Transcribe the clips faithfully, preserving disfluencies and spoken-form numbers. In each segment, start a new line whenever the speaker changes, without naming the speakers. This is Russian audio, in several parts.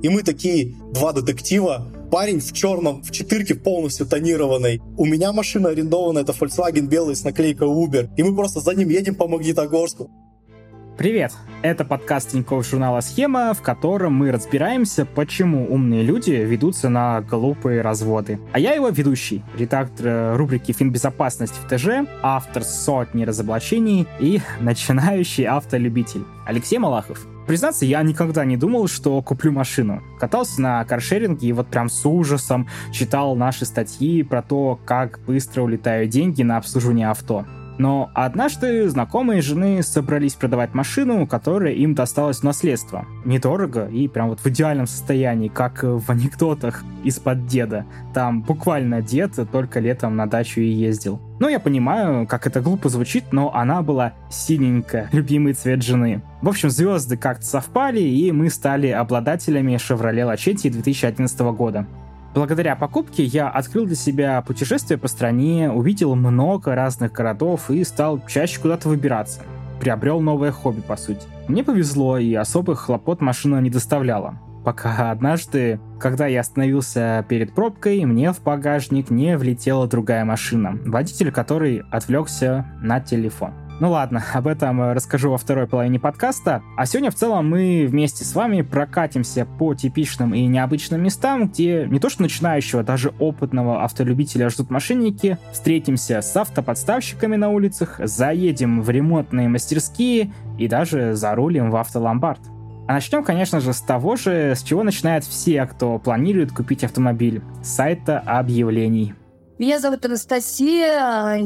И мы такие два детектива. Парень в черном, в четырке полностью тонированной. У меня машина арендованная, это Volkswagen белый с наклейкой Uber. И мы просто за ним едем по Магнитогорску.
Привет! Это подкаст Тинькофф журнала «Схема», в котором мы разбираемся, почему умные люди ведутся на глупые разводы. А я его ведущий, редактор рубрики «Финбезопасность» в ТЖ, автор сотни разоблачений и начинающий автолюбитель Алексей Малахов. Признаться, я никогда не думал, что куплю машину. Катался на каршеринге и вот прям с ужасом читал наши статьи про то, как быстро улетают деньги на обслуживание авто. Но однажды знакомые жены собрались продавать машину, которая им досталась в наследство. Недорого и прям вот в идеальном состоянии, как в анекдотах из-под деда. Там буквально дед только летом на дачу и ездил. Ну, я понимаю, как это глупо звучит, но она была синенькая, любимый цвет жены. В общем, звезды как-то совпали, и мы стали обладателями Chevrolet Lachetti две тысячи одиннадцатого года. Благодаря покупке я открыл для себя путешествие по стране, увидел много разных городов и стал чаще куда-то выбираться. Приобрел новое хобби, по сути. Мне повезло, и особых хлопот машина не доставляла. Пока однажды, когда я остановился перед пробкой, мне в багажник не влетела другая машина, водитель которой отвлекся на телефон. Ну ладно, об этом расскажу во второй половине подкаста. А сегодня в целом мы вместе с вами прокатимся по типичным и необычным местам, где не то что начинающего, даже опытного автолюбителя ждут мошенники. Встретимся с автоподставщиками на улицах, заедем в ремонтные мастерские и даже зарулим в автоломбард. А начнем, конечно же, с того же, с чего начинают все, кто планирует купить автомобиль – с сайта объявлений.
Меня зовут Анастасия,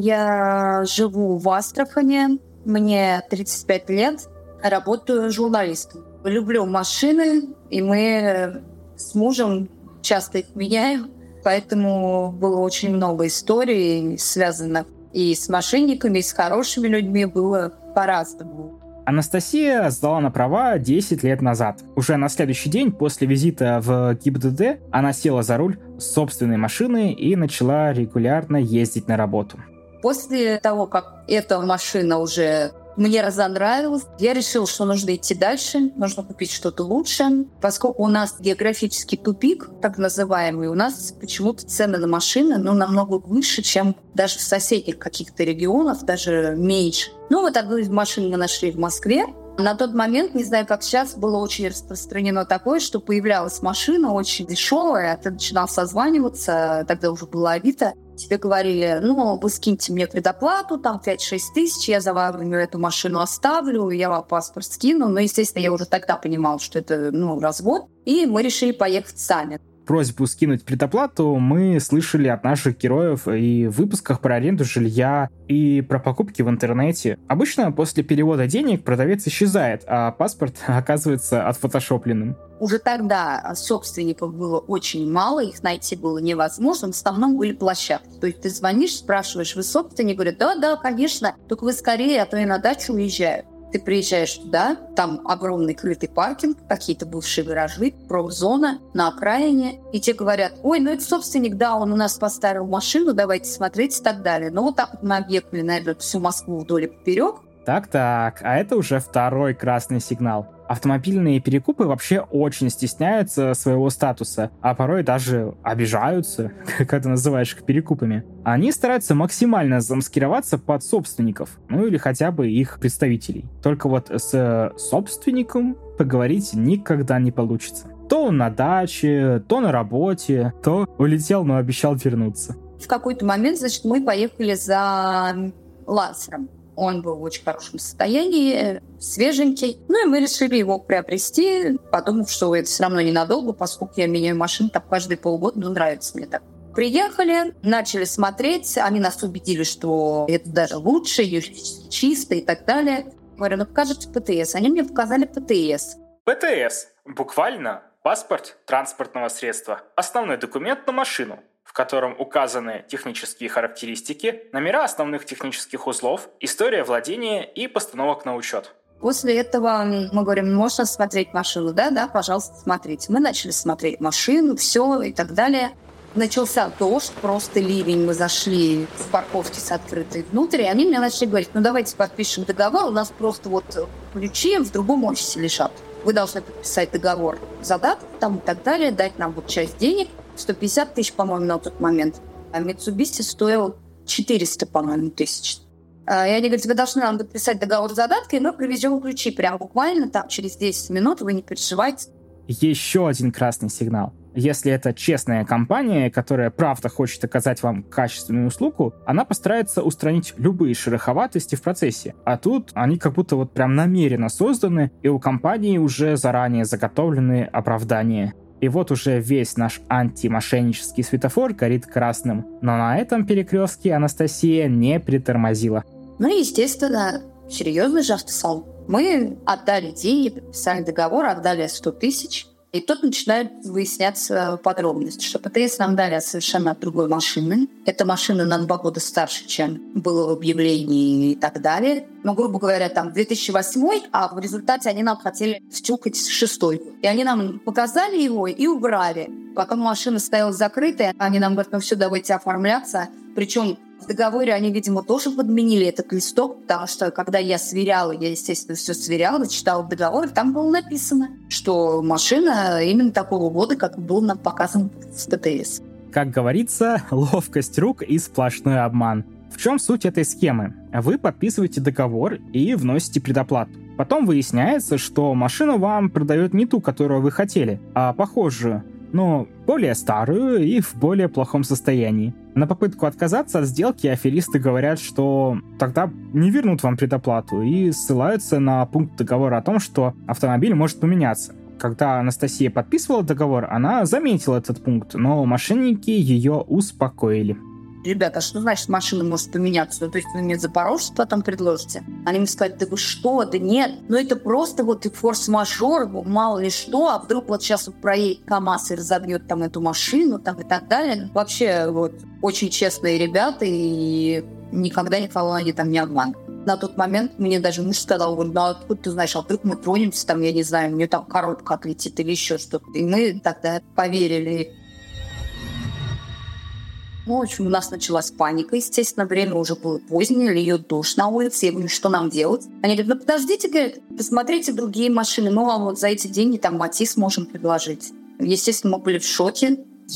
я живу в Астрахани, мне тридцать пять лет, работаю журналистом. Люблю машины, и мы с мужем часто их меняем, поэтому было очень много историй, связанных и с мошенниками, и с хорошими людьми, было по-разному.
Анастасия сдала на права десять лет назад. Уже на следующий день после визита в ГИБДД она села за руль собственной машины и начала регулярно ездить на работу.
После того, как эта машина уже мне разонравилась, я решила, что нужно идти дальше, нужно купить что-то лучше. Поскольку у нас географический тупик, так называемый, у нас почему-то цены на машины ну, намного выше, чем даже в соседних каких-то регионах, даже меньше. Ну, вот одну из машин мы нашли в Москве. На тот момент, не знаю, как сейчас, было очень распространено такое, что появлялась машина очень дешевая, ты начинал созваниваться, тогда уже было Авито. Тебе говорили, ну, вы скиньте мне предоплату, там пять-шесть тысяч, я за вами эту машину оставлю, я вам паспорт скину. Но, естественно, я уже тогда понимала, что это, ну, развод. И мы решили поехать сами.
Просьбу скинуть предоплату мы слышали от наших героев и в выпусках про аренду жилья, и про покупки в интернете. Обычно после перевода денег продавец исчезает, а паспорт оказывается отфотошопленным.
Уже тогда собственников было очень мало, их найти было невозможно, в основном были площадки. То есть ты звонишь, спрашиваешь, вы собственник, говорят, да-да, конечно, только вы скорее, а то я на дачу уезжаю. Ты приезжаешь туда, там огромный крытый паркинг, какие-то бывшие гаражи, промзона на окраине, и тебе говорят, ой, ну это собственник, да, он у нас поставил машину, давайте смотреть и так далее. Ну вот так вот мы объехали, наверное, всю Москву вдоль и поперек.
Так-так, а это уже второй красный сигнал. Автомобильные перекупы вообще очень стесняются своего статуса, а порой даже обижаются, как ты называешь их перекупами. Они стараются максимально замаскироваться под собственников, ну или хотя бы их представителей. Только вот с собственником поговорить никогда не получится. То он на даче, то на работе, то улетел, но обещал вернуться.
В какой-то момент, значит, мы поехали за Лансером. Он был в очень хорошем состоянии, свеженький. Ну и мы решили его приобрести, подумав, что это все равно ненадолго, поскольку я меняю машину там каждые полгода, ну нравится мне так. Приехали, начали смотреть, они нас убедили, что это даже лучше, юридически чисто и так далее. Говорю, ну покажите ПТС. Они мне показали ПТС.
ПТС. Буквально паспорт транспортного средства. Основной документ на машину, в котором указаны технические характеристики, номера основных технических узлов, история владения и постановок на учет.
После этого мы говорим, можно смотреть машину? Да, да, пожалуйста, смотрите. Мы начали смотреть машину, все и так далее. Начался дождь, просто ливень. Мы зашли в парковке с открытой внутрь, и они мне начали говорить, ну давайте подпишем договор, у нас просто вот ключи в другом офисе лежат. вы должны подписать договор задаток там и так далее, дать нам вот часть денег, сто пятьдесят тысяч, по-моему, на тот момент. А Mitsubishi стоил четыреста, по-моему, тысяч. И они говорят, вы должны нам подписать договор задатка, и мы привезем ключи прям буквально там через десять минут, вы не переживайте.
Еще один красный сигнал. Если это честная компания, которая правда хочет оказать вам качественную услугу, она постарается устранить любые шероховатости в процессе. А тут они как будто вот прям намеренно созданы, и у компании уже заранее заготовлены оправдания. И вот уже весь наш антимошеннический светофор горит красным. Но на этом перекрестке Анастасия не притормозила.
Ну и, естественно, серьезный же автосалон. Мы отдали деньги, подписали договор, отдали сто тысяч. И тут начинают выясняться подробности, что ПТС нам дали от совершенно другой машины. Эта машина на два года старше, чем было в объявлении и так далее. Но, грубо говоря, там две тысячи восьмой, а в результате они нам хотели втюкать шестой. И они нам показали его и убрали. Потом машина стояла закрытая, они нам говорят, ну все, давайте оформляться. Причем в договоре они, видимо, тоже подменили этот листок, потому что, когда я сверяла, я, естественно, все сверяла, читала договор, там было написано, что машина именно такого года, как был нам показан с ПТС.
Как говорится, ловкость рук и сплошной обман. В чем суть этой схемы? Вы подписываете договор и вносите предоплату. Потом выясняется, что машину вам продают не ту, которую вы хотели, а похожую, но более старую и в более плохом состоянии. На попытку отказаться от сделки аферисты говорят, что тогда не вернут вам предоплату, и ссылаются на пункт договора о том, что автомобиль может поменяться. Когда Анастасия подписывала договор, она заметила этот пункт, но мошенники ее успокоили.
Ребята, а что значит машина может поменяться? Ну, то есть вы мне Запорожец потом предложите? Они мне сказали, да вы что, да нет. Ну это просто вот и форс-мажор, мало ли что, а вдруг вот сейчас вот проедет КамАЗ и разобьет там эту машину там и так далее. Вообще вот очень честные ребята и никогда никого они там не обманывают. На тот момент мне даже муж сказал, говорит, ну откуда ты знаешь, а вдруг мы тронемся, там, я не знаю, мне там коробка отлетит или еще что-то. И мы тогда поверили. Ну, в общем, у нас началась паника, естественно, время уже было позднее, льет дождь на улице, я говорю, что нам делать? Они говорят, ну подождите, говорят, посмотрите другие машины, мы вам вот за эти деньги там Матис можем предложить. Естественно, мы были в шоке,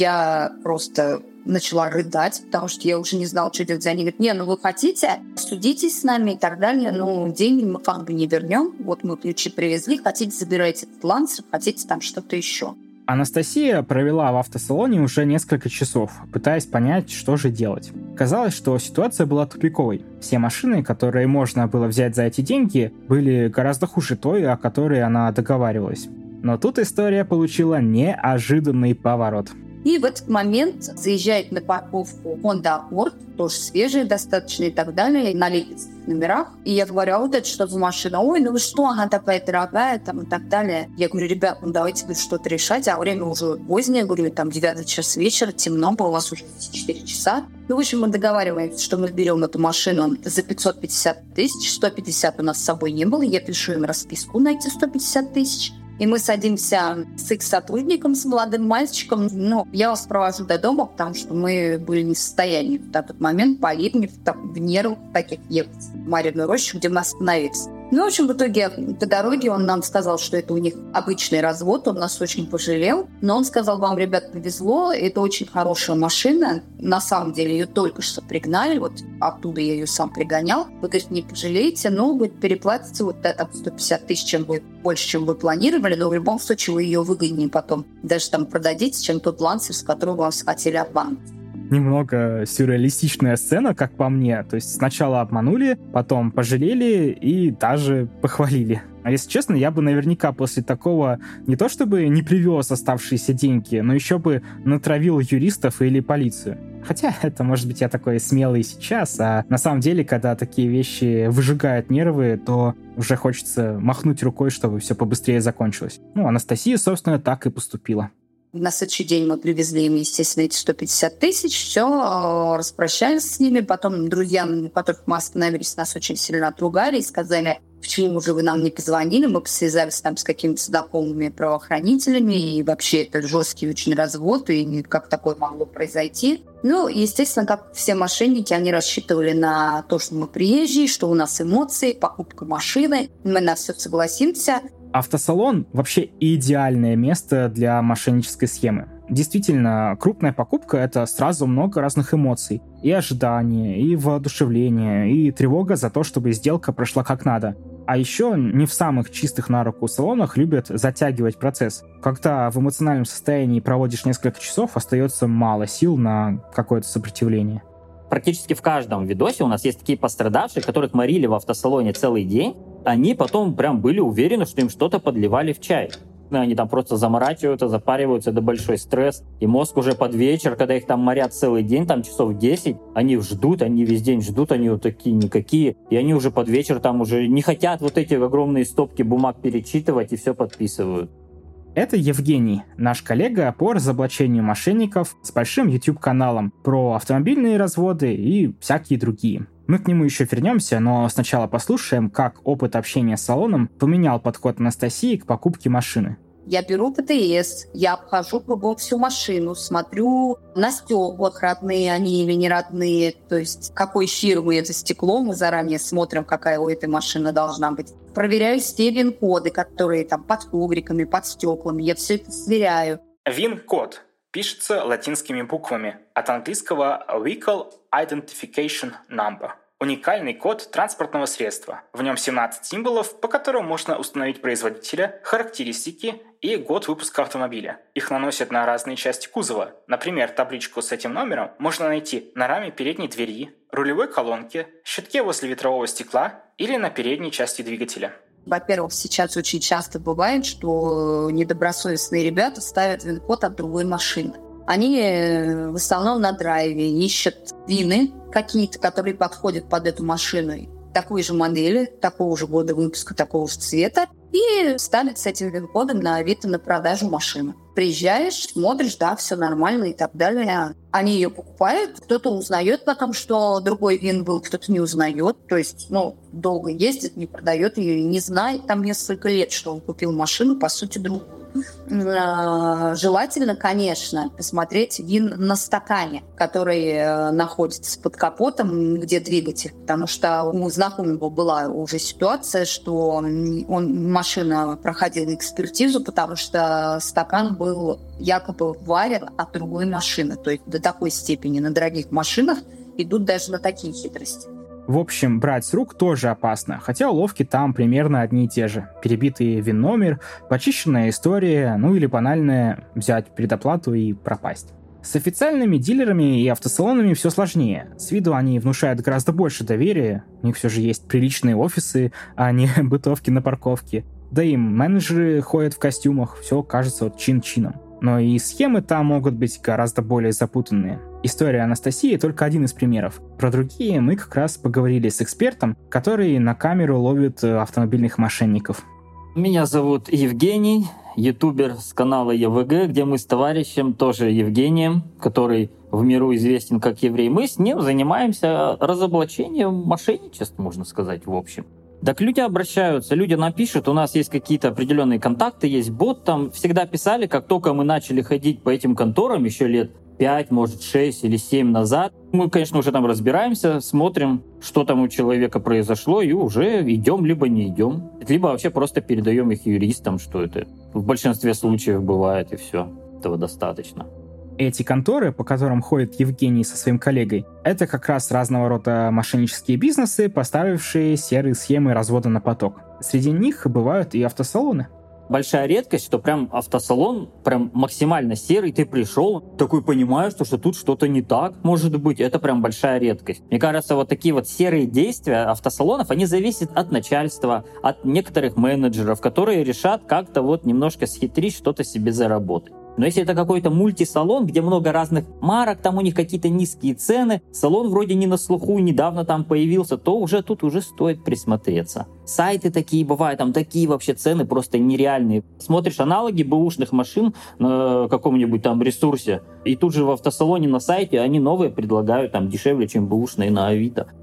я просто начала рыдать, потому что я уже не знала, что делать. Они говорят, не, ну вы хотите, судитесь с нами и так далее, но деньги мы как бы не вернем, вот мы ключи привезли, хотите, забирайте этот Лансер, хотите там что-то еще.
Анастасия провела в автосалоне уже несколько часов, пытаясь понять, что же делать. Казалось, что ситуация была тупиковой. Все машины, которые можно было взять за эти деньги, были гораздо хуже той, о которой она договаривалась. Но тут история получила неожиданный поворот.
И в этот момент заезжает на парковку Honda Accord, тоже свежая достаточно и так далее, на липецких номерах. И я говорю, а вот это что за машина? Ой, ну вы что, она такая дорогая, там и так далее. Я говорю, ребят, ну давайте вы что-то решать, а время уже позднее, говорю, там девятый час вечера, темно было, у вас уже четыре часа. Ну, в общем, мы договариваемся, что мы берем эту машину за пятьсот пятьдесят тысяч, сто пятьдесят у нас с собой не было, я пишу им расписку на эти сто пятьдесят тысяч. И мы садимся с их сотрудником, с молодым мальчиком. Ну, я вас провожу до дома, потому что мы были не в состоянии в этот момент по Липне, в Неру, таких ехать в Марьину Рощу, где мы остановились. Ну, в общем, в итоге по дороге он нам сказал, что это у них обычный развод, он нас очень пожалел. Но он сказал, вам, ребят, повезло, это очень хорошая машина. На самом деле ее только что пригнали, вот оттуда я ее сам пригонял. Вы, конечно, не пожалеете, но вы переплатите вот это сто пятьдесят тысяч, чем вы, больше, чем вы планировали, но в любом случае вы ее выгоднее потом даже там продадите, чем тот Лансер, с которого вас хотели обмануть.
Немного сюрреалистичная сцена, как по мне. То есть сначала обманули, потом пожалели и даже похвалили. А если честно, я бы наверняка после такого не то чтобы не привез оставшиеся деньги, но еще бы натравил юристов или полицию. Хотя это, может быть, я такой смелый сейчас, а на самом деле, когда такие вещи выжигают нервы, то уже хочется махнуть рукой, чтобы все побыстрее закончилось. Ну, Анастасия, собственно, так и поступила.
На следующий день мы привезли им, естественно, эти сто пятьдесят тысяч, все, распрощались с ними. Потом друзья, у которых мы остановились, нас очень сильно отругали и сказали, почему же вы нам не позвонили, мы связались там с какими-то знакомыми правоохранителями, и вообще это жесткий очень развод, и как такое могло произойти. Ну, естественно, как все мошенники, они рассчитывали на то, что мы приезжие, что у нас эмоции, покупка машины, мы на все согласимся.
Автосалон вообще идеальное место для мошеннической схемы. Действительно, крупная покупка — это сразу много разных эмоций. И ожидания, и воодушевление, и тревога за то, чтобы сделка прошла как надо. А еще не в самых чистых на руку салонах любят затягивать процесс. Когда в эмоциональном состоянии проводишь несколько часов, остается мало сил на какое-то сопротивление.
Практически в каждом видосе у нас есть такие пострадавшие, которых морили в автосалоне целый день. Они потом прям были уверены, что им что-то подливали в чай. Они там просто заморачиваются, запариваются, это большой стресс. И мозг уже под вечер, когда их там морят целый день, там часов десять, они ждут, они весь день ждут, они вот такие никакие. И они уже под вечер там уже не хотят вот эти огромные стопки бумаг перечитывать и все подписывают.
Это Евгений, наш коллега по разоблачению мошенников с большим YouTube-каналом про автомобильные разводы и всякие другие. Мы к нему еще вернемся, но сначала послушаем, как опыт общения с салоном поменял подход Анастасии к покупке машины.
Я беру ПТС, я обхожу кругом всю машину, смотрю на стеклах, родные они или не родные, то есть какой фирмы это стекло, мы заранее смотрим, какая у этой машины должна быть. Проверяю все вин-коды, которые там под ковриками, под стеклами, я все это сверяю.
ВИН-код пишется латинскими буквами, от английского Vehicle Identification Number. Уникальный код транспортного средства. В нем семнадцать символов, по которым можно установить производителя, характеристики и год выпуска автомобиля. Их наносят на разные части кузова. Например, табличку с этим номером можно найти на раме передней двери, рулевой колонке, щитке возле ветрового стекла или на передней части двигателя.
Во-первых, сейчас очень часто бывает, что недобросовестные ребята ставят вин-код от другой машины. Они в основном на драйве ищут вины какие-то, которые подходят под эту машину, такой же модели, такого же года выпуска, такого же цвета, и ставят с этим вин-кодом на Авито на продажу машины. Приезжаешь, смотришь, да, все нормально и так далее. Они ее покупают, кто-то узнает потом, что другой вин был, кто-то не узнает. То есть, ну, долго ездит, не продает ее, не знает там несколько лет, что он купил машину, по сути, другую. Желательно, конечно, посмотреть вин на стакане, который находится под капотом, где двигатель, потому что у знакомого была уже ситуация, что он, машина проходила экспертизу, потому что стакан был якобы варен от другой машины. То есть до такой степени на дорогих машинах идут даже на такие хитрости.
В общем, брать с рук тоже опасно, хотя уловки там примерно одни и те же. Перебитый вин-номер, почищенная история, ну или банальное взять предоплату и пропасть. С официальными дилерами и автосалонами все сложнее. С виду они внушают гораздо больше доверия, у них все же есть приличные офисы, а не бытовки на парковке. Да и менеджеры ходят в костюмах, все кажется вот чин-чином. Но и схемы там могут быть гораздо более запутанные. История Анастасии только один из примеров. Про другие мы как раз поговорили с экспертом, который на камеру ловит автомобильных мошенников.
Меня зовут Евгений, ютубер с канала ЕВГ, где мы с товарищем, тоже Евгением, который в миру известен как еврей. Мы с ним занимаемся разоблачением мошенничеств, можно сказать, в общем. Так люди обращаются, люди нам пишут, у нас есть какие-то определенные контакты, есть бот, там всегда писали, как только мы начали ходить по этим конторам еще лет пять, может, шесть или семь назад. Мы, конечно, уже там разбираемся, смотрим, что там у человека произошло, и уже идем, либо не идем. Либо вообще просто передаем их юристам, что это в большинстве случаев бывает, и все. Этого достаточно.
Эти конторы, по которым ходит Евгений со своим коллегой, это как раз разного рода мошеннические бизнесы, поставившие серые схемы развода на поток. Среди них бывают и автосалоны.
Большая редкость, что прям автосалон прям максимально серый, ты пришел, такой понимаешь, что, что тут что-то не так, может быть, это прям большая редкость. Мне кажется, вот такие вот серые действия автосалонов, они зависят от начальства, от некоторых менеджеров, которые решат как-то вот немножко схитрить, что-то себе заработать. Но если это какой-то мультисалон, где много разных марок, там у них какие-то низкие цены, салон вроде не на слуху, недавно там появился, то уже тут уже стоит присмотреться. Сайты такие бывают, там такие вообще цены просто нереальные. Смотришь аналоги бэушных машин на каком-нибудь там ресурсе, и тут же в автосалоне на сайте они новые предлагают там дешевле, чем бэушные на Авито.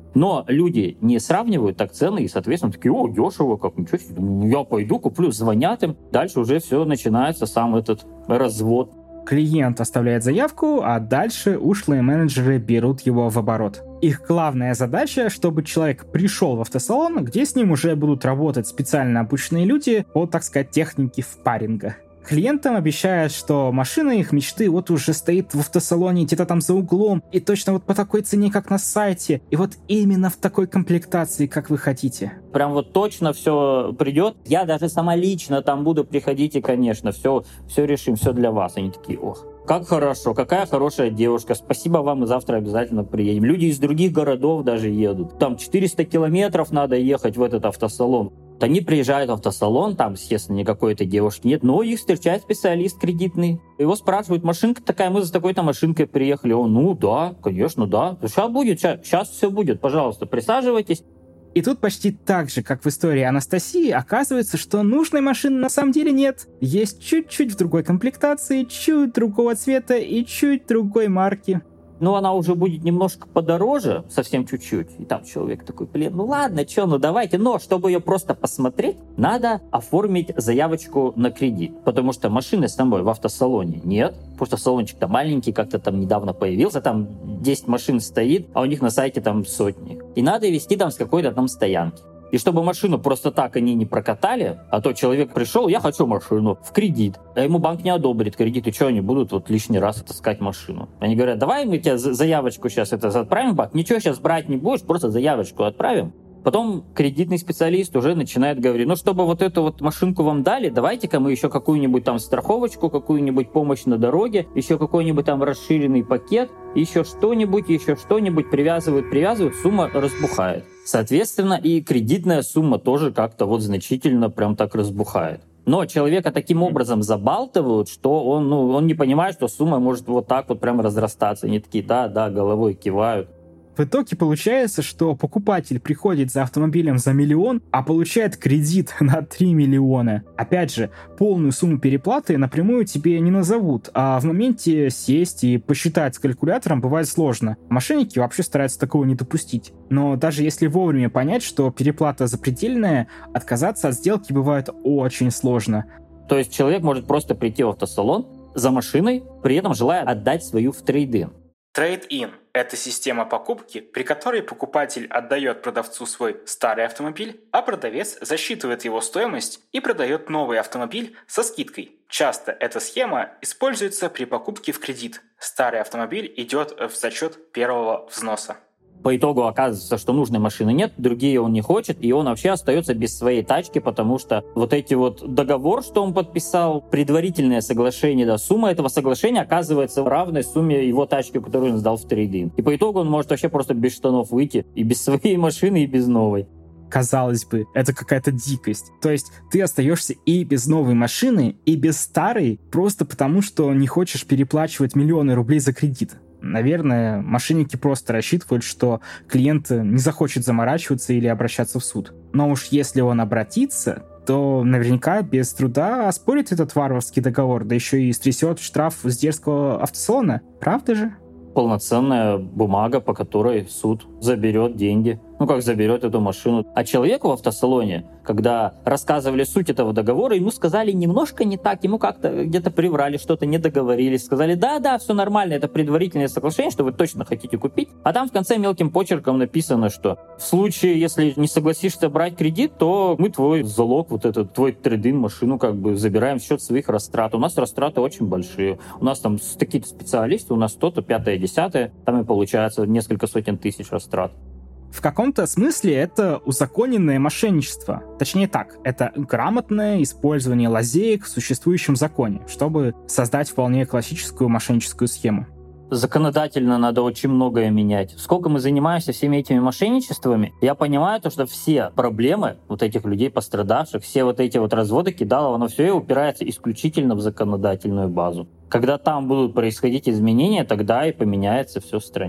Но люди не сравнивают так цены и, соответственно, такие: о, дешево, как, ничего себе, я пойду куплю, звонят им. Дальше уже все начинается, сам этот развод.
Клиент оставляет заявку, а дальше ушлые менеджеры берут его в оборот. Их главная задача, чтобы человек пришел в автосалон, где с ним уже будут работать специально обученные люди по, так сказать, технике впаринга. Клиентам обещают, что машина их мечты вот уже стоит в автосалоне где-то там за углом, и точно вот по такой цене, как на сайте, и вот именно в такой комплектации, как вы хотите.
Прям вот точно все придет. Я даже сама лично там буду, приходите, конечно, все, все решим, все для вас. Они такие: ох, как хорошо, какая хорошая девушка, спасибо вам, и завтра обязательно приедем. Люди из других городов даже едут. Там четыреста километров надо ехать в этот автосалон. Они приезжают в автосалон, там, естественно, никакой этой девушки нет, но их встречает специалист кредитный. Его спрашивают: машинка такая, мы за такой-то машинкой приехали. Он: ну да, конечно, да. Сейчас будет, сейчас, сейчас все будет, пожалуйста, присаживайтесь.
И тут почти так же, как в истории Анастасии, оказывается, что нужной машины на самом деле нет. Есть чуть-чуть в другой комплектации, чуть другого цвета и чуть другой марки.
Ну, она уже будет немножко подороже, совсем чуть-чуть. И там человек такой: блин, ну ладно, что, ну давайте. Но чтобы ее просто посмотреть, надо оформить заявочку на кредит. Потому что машины с собой в автосалоне нет. Потому что салончик-то маленький, как-то там недавно появился. Там десять машин стоит, а у них на сайте там сотни. И надо везти там с какой-то там стоянки. И чтобы машину просто так они не прокатали, а то человек пришел: я хочу машину в кредит, а ему банк не одобрит кредит, и что они будут вот лишний раз таскать машину? Они говорят: давай мы тебе заявочку сейчас это отправим в банк, ничего сейчас брать не будешь, просто заявочку отправим. Потом кредитный специалист уже начинает говорить: ну, чтобы вот эту вот машинку вам дали, давайте-ка мы еще какую-нибудь там страховочку, какую-нибудь помощь на дороге, еще какой-нибудь там расширенный пакет, еще что-нибудь, еще что-нибудь, привязывают, привязывают, сумма разбухает. Соответственно, и кредитная сумма тоже как-то вот значительно прям так разбухает. Но человека таким образом забалтывают, что он, ну, он не понимает, что сумма может вот так вот прям разрастаться. Они такие: да, да, головой кивают.
В итоге получается, что покупатель приходит за автомобилем за миллион, а получает кредит на три миллиона. Опять же, полную сумму переплаты напрямую тебе не назовут, а в моменте сесть и посчитать с калькулятором бывает сложно. Мошенники вообще стараются такого не допустить. Но даже если вовремя понять, что переплата запредельная, отказаться от сделки бывает очень сложно.
То есть человек может просто прийти в автосалон за машиной, при этом желая отдать свою в трейд-ин.
Трейд-ин – это система покупки, при которой покупатель отдает продавцу свой старый автомобиль, а продавец засчитывает его стоимость и продает новый автомобиль со скидкой. Часто эта схема используется при покупке в кредит. Старый автомобиль идет в зачет первого взноса.
По итогу оказывается, что нужной машины нет, другие он не хочет, и он вообще остается без своей тачки, потому что вот эти вот договор, что он подписал, предварительное соглашение, да, сумма этого соглашения оказывается равной сумме его тачки, которую он сдал в трейд-ин. И по итогу он может вообще просто без штанов выйти, и без своей машины, и без новой.
Казалось бы, это какая-то дикость. То есть ты остаешься и без новой машины, и без старой, просто потому что не хочешь переплачивать миллионы рублей за кредит. Наверное, мошенники просто рассчитывают, что клиент не захочет заморачиваться или обращаться в суд. Но уж если он обратится, то наверняка без труда оспорит этот варварский договор, да еще и стрясет штраф с дерзкого автосалона. Правда же?
Полноценная бумага, по которой суд заберет деньги. Ну, как заберет эту машину. А человеку в автосалоне, когда рассказывали суть этого договора, ему сказали немножко не так, ему как-то где-то приврали, что-то не договорились. Сказали: да-да, все нормально, это предварительное соглашение, что вы точно хотите купить. А там в конце мелким почерком написано, что в случае, если не согласишься брать кредит, то мы твой залог, вот этот твой трейд-ин машину как бы забираем в счет своих растрат. У нас растраты очень большие. У нас там такие-то специалисты, у нас то-то, пятое, десятое. Там и получается несколько сотен тысяч растрат.
В каком-то смысле это узаконенное мошенничество. Точнее так, это грамотное использование лазеек в существующем законе, чтобы создать вполне классическую мошенническую схему.
Законодательно надо очень многое менять. Сколько мы занимаемся всеми этими мошенничествами, я понимаю то, что все проблемы вот этих людей пострадавших, все вот эти вот разводы кидалов, оно все и упирается исключительно в законодательную базу. Когда там будут происходить изменения, тогда и поменяется все в стране.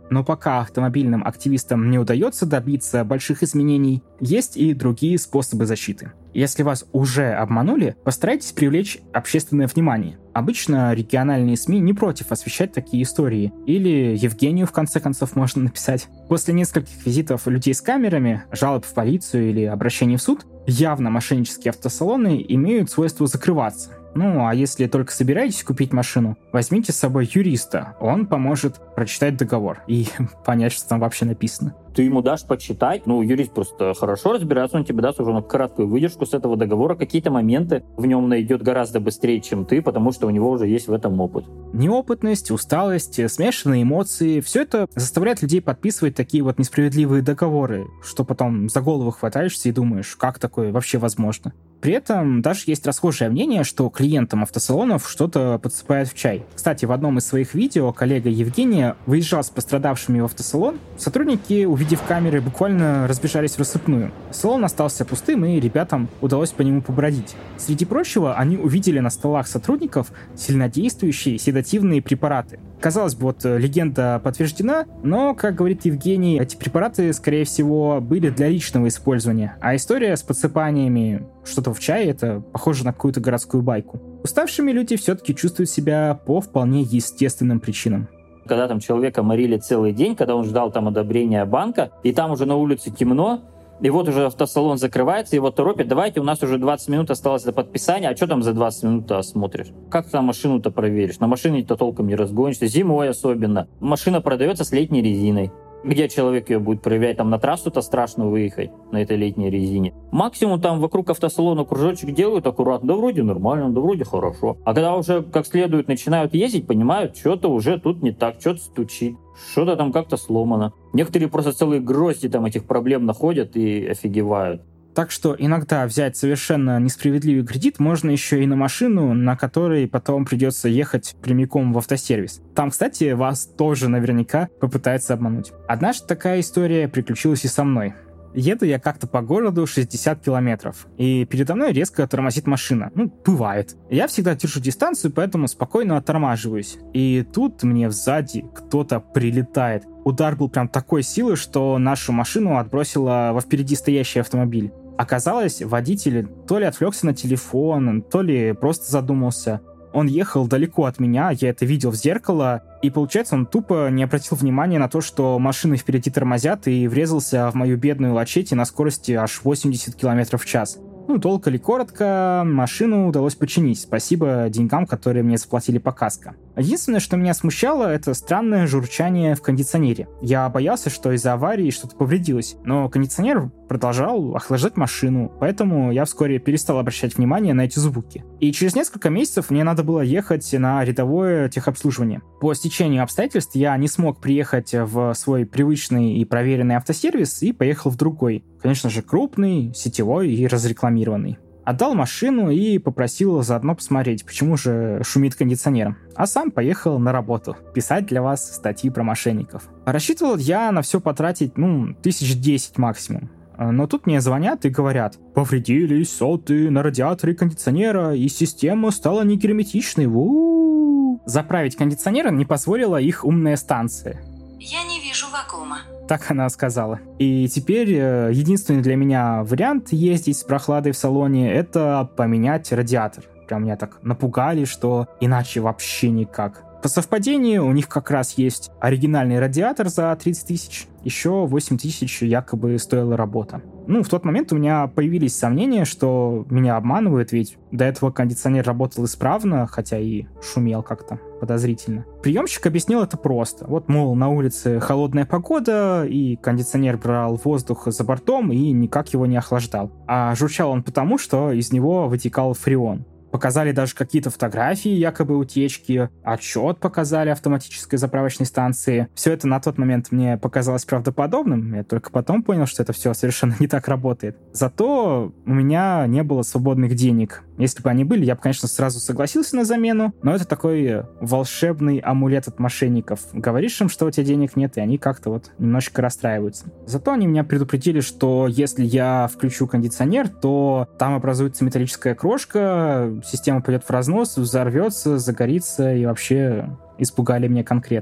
Но пока автомобильным активистам не удается добиться больших изменений, есть и другие способы защиты. Если вас уже обманули, постарайтесь привлечь общественное внимание. Обычно региональные СМИ не против освещать такие истории. Или Евгению, в конце концов, можно написать. После нескольких визитов людей с камерами, жалоб в полицию или обращений в суд, явно мошеннические автосалоны имеют свойство закрываться. Ну, а если только собираетесь купить машину, возьмите с собой юриста. Он поможет прочитать договор и понять, что там вообще написано.
Ты ему дашь почитать, ну, юрист просто хорошо разбирается, он тебе даст уже на краткую выдержку с этого договора, какие-то моменты в нем найдет гораздо быстрее, чем ты, потому что у него уже есть в этом опыт.
Неопытность, усталость, смешанные эмоции — все это заставляет людей подписывать такие вот несправедливые договоры, что потом за голову хватаешься и думаешь, как такое вообще возможно. При этом даже есть расхожее мнение, что клиентам автосалонов что-то подсыпают в чай. Кстати, в одном из своих видео коллега Евгения выезжал с пострадавшими в автосалон. Сотрудники, увидев камеры, буквально разбежались в рассыпную. Салон остался пустым, и ребятам удалось по нему побродить. Среди прочего, они увидели на столах сотрудников сильнодействующие седативные препараты. Казалось бы, вот легенда подтверждена, но, как говорит Евгений, эти препараты, скорее всего, были для личного использования, а история с подсыпаниями что-то в чай — это похоже на какую-то городскую байку. Уставшими люди все-таки чувствуют себя по вполне естественным причинам.
Когда там человека морили целый день, когда он ждал там одобрения банка, и там уже на улице темно, и вот уже автосалон закрывается, его торопят, давайте, у нас уже двадцать минут осталось до подписания, а что там за двадцать минут-то осмотришь? Как ты там машину-то проверишь? На машине-то толком не разгонишься, зимой особенно. Машина продается с летней резиной. Где человек ее будет проверять? Там на трассу-то страшно выехать на этой летней резине. Максимум там вокруг автосалона кружочек делают аккуратно, да вроде нормально, да вроде хорошо. А когда уже как следует начинают ездить, понимают, что-то уже тут не так, что-то стучит, что-то там как-то сломано. Некоторые просто целые грозди там этих проблем находят и офигевают.
Так что иногда взять совершенно несправедливый кредит можно еще и на машину, на которой потом придется ехать прямиком в автосервис. Там, кстати, вас тоже наверняка попытаются обмануть. Однажды такая история приключилась и со мной. Еду я как-то по городу шестьдесят километров, и передо мной резко тормозит машина. Ну, бывает. Я всегда держу дистанцию, поэтому спокойно оттормаживаюсь. И тут мне сзади кто-то прилетает. Удар был прям такой силы, что нашу машину отбросило во впереди стоящий автомобиль. Оказалось, водитель то ли отвлекся на телефон, то ли просто задумался. Он ехал далеко от меня, я это видел в зеркало, и, получается, он тупо не обратил внимания на то, что машины впереди тормозят, и врезался в мою бедную лачетти на скорости аж восемьдесят километров в час. Ну, долго ли коротко, машину удалось починить, спасибо деньгам, которые мне заплатили по каско. Единственное, что меня смущало, это странное журчание в кондиционере. Я боялся, что из-за аварии что-то повредилось, но кондиционер продолжал охлаждать машину, поэтому я вскоре перестал обращать внимание на эти звуки. И через несколько месяцев мне надо было ехать на рядовое техобслуживание. По стечению обстоятельств я не смог приехать в свой привычный и проверенный автосервис и поехал в другой. Конечно же, крупный, сетевой и разрекламированный. Отдал машину и попросил заодно посмотреть, почему же шумит кондиционер. А сам поехал на работу, писать для вас статьи про мошенников. Рассчитывал я на все потратить, ну, тысяч десять максимум. Но тут мне звонят и говорят: повредились соты на радиаторе кондиционера, и система стала негерметичной. У-у-у. Заправить кондиционер не позволила их умная станция.
Я не вижу вакуума.
Так она сказала. И теперь э, единственный для меня вариант ездить с прохладой в салоне — это поменять радиатор. Прям меня так напугали, что иначе вообще никак. По совпадению, у них как раз есть оригинальный радиатор за тридцать тысяч, еще восемь тысяч якобы стоила работа. Ну, в тот момент у меня появились сомнения, что меня обманывают, ведь до этого кондиционер работал исправно, хотя и шумел как-то подозрительно. Приемщик объяснил это просто. Вот, мол, на улице холодная погода, и кондиционер брал воздух за бортом и никак его не охлаждал. А журчал он потому, что из него вытекал фреон. Показали даже какие-то фотографии якобы утечки, отчет показали автоматической заправочной станции. Все это на тот момент мне показалось правдоподобным, я только потом понял, что это все совершенно не так работает. Зато у меня не было свободных денег. Если бы они были, я бы, конечно, сразу согласился на замену, но это такой волшебный амулет от мошенников. Говоришь им, что у тебя денег нет, и они как-то вот немножечко расстраиваются. Зато они меня предупредили, что если я включу кондиционер, то там образуется металлическая крошка, система пойдет в разнос, взорвется, загорится, и вообще испугали меня конкретно.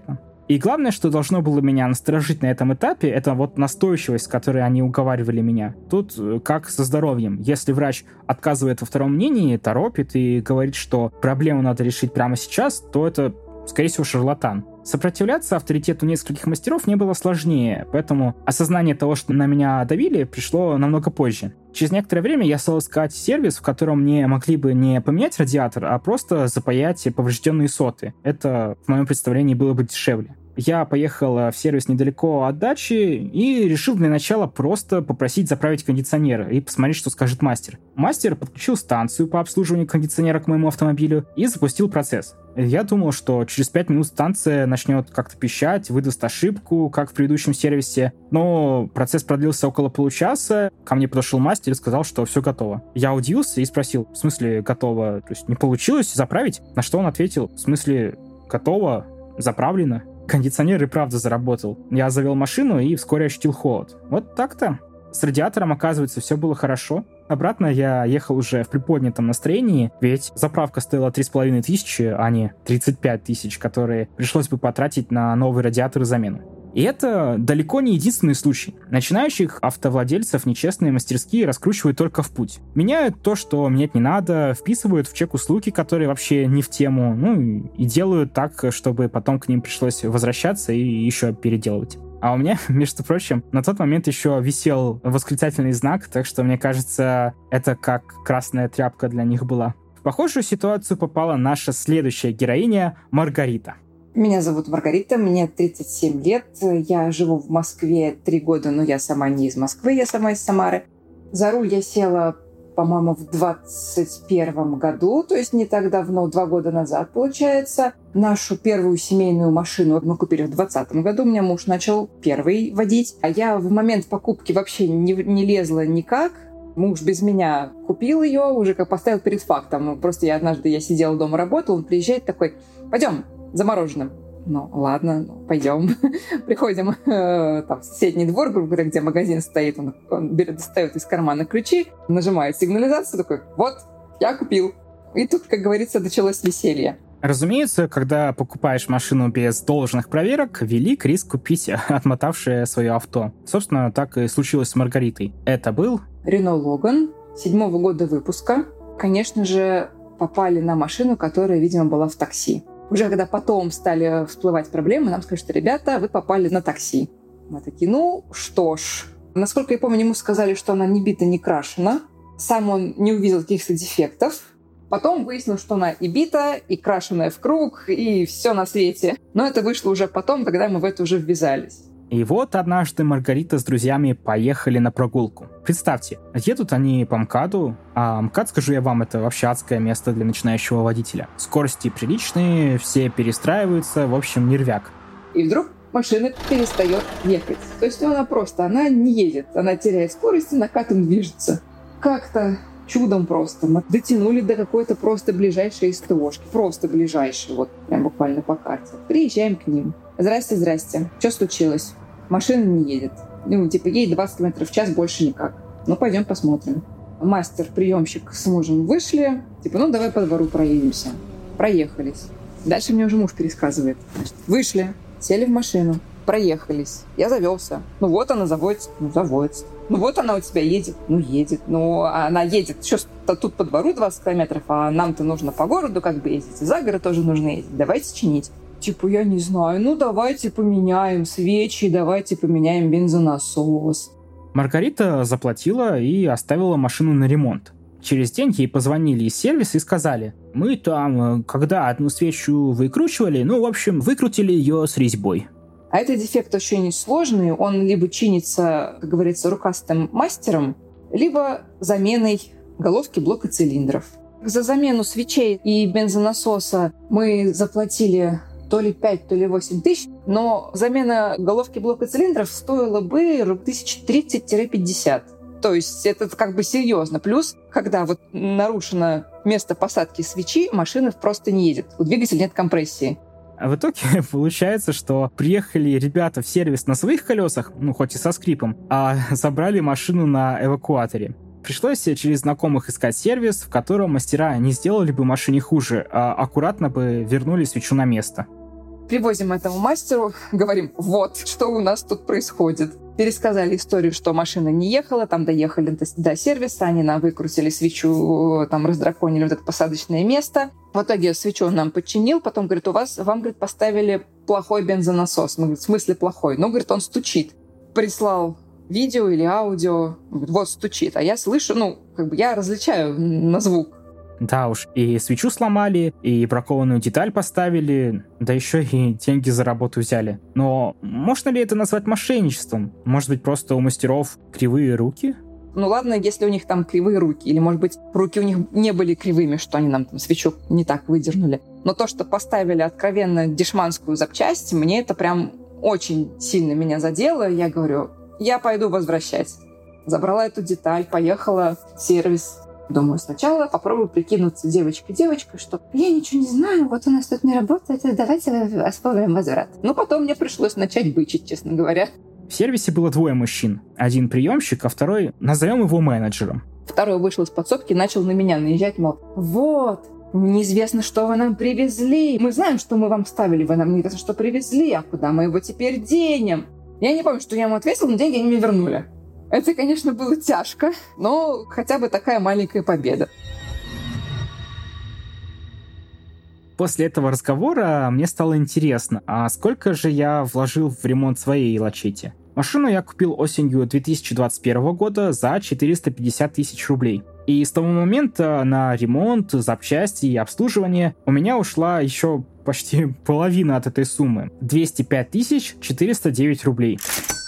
И главное, что должно было меня насторожить на этом этапе, это вот настойчивость, с которой они уговаривали меня. Тут как со здоровьем. Если врач отказывает во втором мнении, торопит и говорит, что проблему надо решить прямо сейчас, то это, скорее всего, шарлатан. Сопротивляться авторитету нескольких мастеров не было сложнее, поэтому осознание того, что на меня давили, пришло намного позже. Через некоторое время я стал искать сервис, в котором мне могли бы не поменять радиатор, а просто запаять поврежденные соты. Это, в моем представлении, было бы дешевле. Я поехал в сервис недалеко от дачи и решил для начала просто попросить заправить кондиционер и посмотреть, что скажет мастер. Мастер подключил станцию по обслуживанию кондиционера к моему автомобилю и запустил процесс. Я думал, что через пять минут станция начнет как-то пищать, выдаст ошибку, как в предыдущем сервисе. Но процесс продлился около получаса. Ко мне подошел мастер и сказал, что все готово. Я удивился и спросил, в смысле готово? То есть не получилось заправить? На что он ответил, в смысле готово, заправлено. Кондиционер и правда заработал. Я завел машину и вскоре ощутил холод. Вот так-то. С радиатором, оказывается, все было хорошо. Обратно я ехал уже в приподнятом настроении, ведь заправка стоила три с половиной тысячи, а не тридцать пять тысяч, которые пришлось бы потратить на новый радиатор и замену. И это далеко не единственный случай. Начинающих автовладельцев нечестные мастерские раскручивают только в путь. Меняют то, что менять не надо, вписывают в чек услуги, которые вообще не в тему, ну и делают так, чтобы потом к ним пришлось возвращаться и еще переделывать. А у меня, между прочим, на тот момент еще висел восклицательный знак, так что, мне кажется, это как красная тряпка для них была. В похожую ситуацию попала наша следующая героиня Маргарита.
Меня зовут Маргарита, мне тридцать семь лет, я живу в Москве три года, но я сама не из Москвы, я сама из Самары. За руль я села, по-моему, в двадцать первом году, то есть не так давно, два года назад, получается. Нашу первую семейную машину мы купили в двадцатом году, у меня муж начал первый водить, а я в момент покупки вообще не, не лезла никак. Муж без меня купил ее, уже как поставил перед фактом. Просто я однажды, я сидела дома, работала, он приезжает такой, пойдем, за мороженым. Ну, ладно, ну, пойдем. Приходим э, там, в соседний двор, грубо говоря, где магазин стоит. Он, он берет, достает из кармана ключи, нажимает сигнализацию, такой, вот, я купил. И тут, как говорится, началось веселье.
Разумеется, когда покупаешь машину без должных проверок, велик риск купить отмотавшее свое авто. Собственно, так и случилось с Маргаритой. Это был...
Renault Logan, седьмого года выпуска. Конечно же, попали на машину, которая, видимо, была в такси. Уже когда потом стали всплывать проблемы, нам сказали, что, ребята, вы попали на такси. Мы такие, ну, что ж. Насколько я помню, ему сказали, что она не бита, не крашена. Сам он не увидел каких-то дефектов. Потом выяснилось, что она и бита, и крашеная в круг, и все на свете. Но это вышло уже потом, когда мы в это уже ввязались.
И вот однажды Маргарита с друзьями поехали на прогулку. Представьте, едут они по МКАДу, а МКАД, скажу я вам, это вообще адское место для начинающего водителя. Скорости приличные, все перестраиваются, в общем, нервяк.
И вдруг машина перестает ехать. То есть она просто, она не едет, она теряет скорость и накатом движется. Как-то чудом просто. Мы дотянули до какой-то просто ближайшей СТОшки. Просто ближайшей, вот прям буквально по карте. Приезжаем к ним. Здрасте, здрасте. Что случилось? Машина не едет. Ну, типа, едет двадцать километров в час, больше никак. Ну, пойдем посмотрим. Мастер-приемщик с мужем вышли. Типа, ну, давай по двору проедемся. Проехались. Дальше мне уже муж пересказывает. Значит, вышли, сели в машину, проехались. Я завелся. Ну, вот она заводится. Ну, заводится. Ну, вот она у тебя едет. Ну, едет. Ну, она едет. Что тут по двору двадцать километров, а нам-то нужно по городу как бы ездить. За город тоже нужно ездить. Давайте чинить. Типа, я не знаю, ну давайте поменяем свечи, давайте поменяем бензонасос.
Маргарита заплатила и оставила машину на ремонт. Через день ей позвонили из сервиса и сказали, мы там, когда одну свечу выкручивали, ну, в общем, выкрутили ее с резьбой.
А этот дефект очень сложный, он либо чинится, как говорится, рукастым мастером, либо заменой головки блока цилиндров. За замену свечей и бензонасоса мы заплатили то ли пять, то ли восемь тысяч, но замена головки блока цилиндров стоила бы тысяч тридцать-пятьдесят. То есть это как бы серьезно. Плюс, когда вот нарушено место посадки свечи, машина просто не едет. У двигателя нет компрессии.
А в итоге получается, что приехали ребята в сервис на своих колесах, ну хоть и со скрипом, а забрали машину на эвакуаторе. Пришлось через знакомых искать сервис, в котором мастера не сделали бы машине хуже, а аккуратно бы вернули свечу на место.
Привозим этому мастеру, говорим, вот, что у нас тут происходит. Пересказали историю, что машина не ехала, там доехали до, до сервиса, они нам выкрутили свечу, там раздраконили вот это посадочное место. В итоге свечу он нам подчинил, потом, говорит, у вас, вам, говорит, поставили плохой бензонасос. Мы, говорит, в смысле плохой? Ну, говорит, он стучит. Прислал видео или аудио, говорит, вот стучит. А я слышу, ну, как бы я различаю на звук.
Да уж, и свечу сломали, и бракованную деталь поставили, да еще и деньги за работу взяли. Но можно ли это назвать мошенничеством? Может быть, просто у мастеров кривые руки?
Ну ладно, если у них там кривые руки, или, может быть, руки у них не были кривыми, что они нам там свечу не так выдернули. Но то, что поставили откровенно дешманскую запчасть, мне это прям очень сильно меня задело. Я говорю, я пойду возвращать. Забрала эту деталь, поехала в сервис. Думаю, сначала попробую прикинуться девочкой-девочкой, что я ничего не знаю, вот у нас тут не работает, давайте оформим возврат. Ну, потом мне пришлось начать бычить, честно говоря.
В сервисе было двое мужчин. Один приемщик, а второй, назовем его менеджером.
Второй вышел из подсобки и начал на меня наезжать, мол, вот, неизвестно, что вы нам привезли. Мы знаем, что мы вам ставили, вы нам неизвестно, что привезли, а куда мы его теперь денем? Я не помню, что я ему ответила, но деньги они мне вернули. Это, конечно, было тяжко, но хотя бы такая маленькая победа.
После этого разговора мне стало интересно, а сколько же я вложил в ремонт своей лачети? Машину я купил осенью две тысячи двадцать первого года за четыреста пятьдесят тысяч рублей. И с того момента на ремонт, запчасти и обслуживание у меня ушла еще почти половина от этой суммы. двести пять тысяч четыреста девять рублей.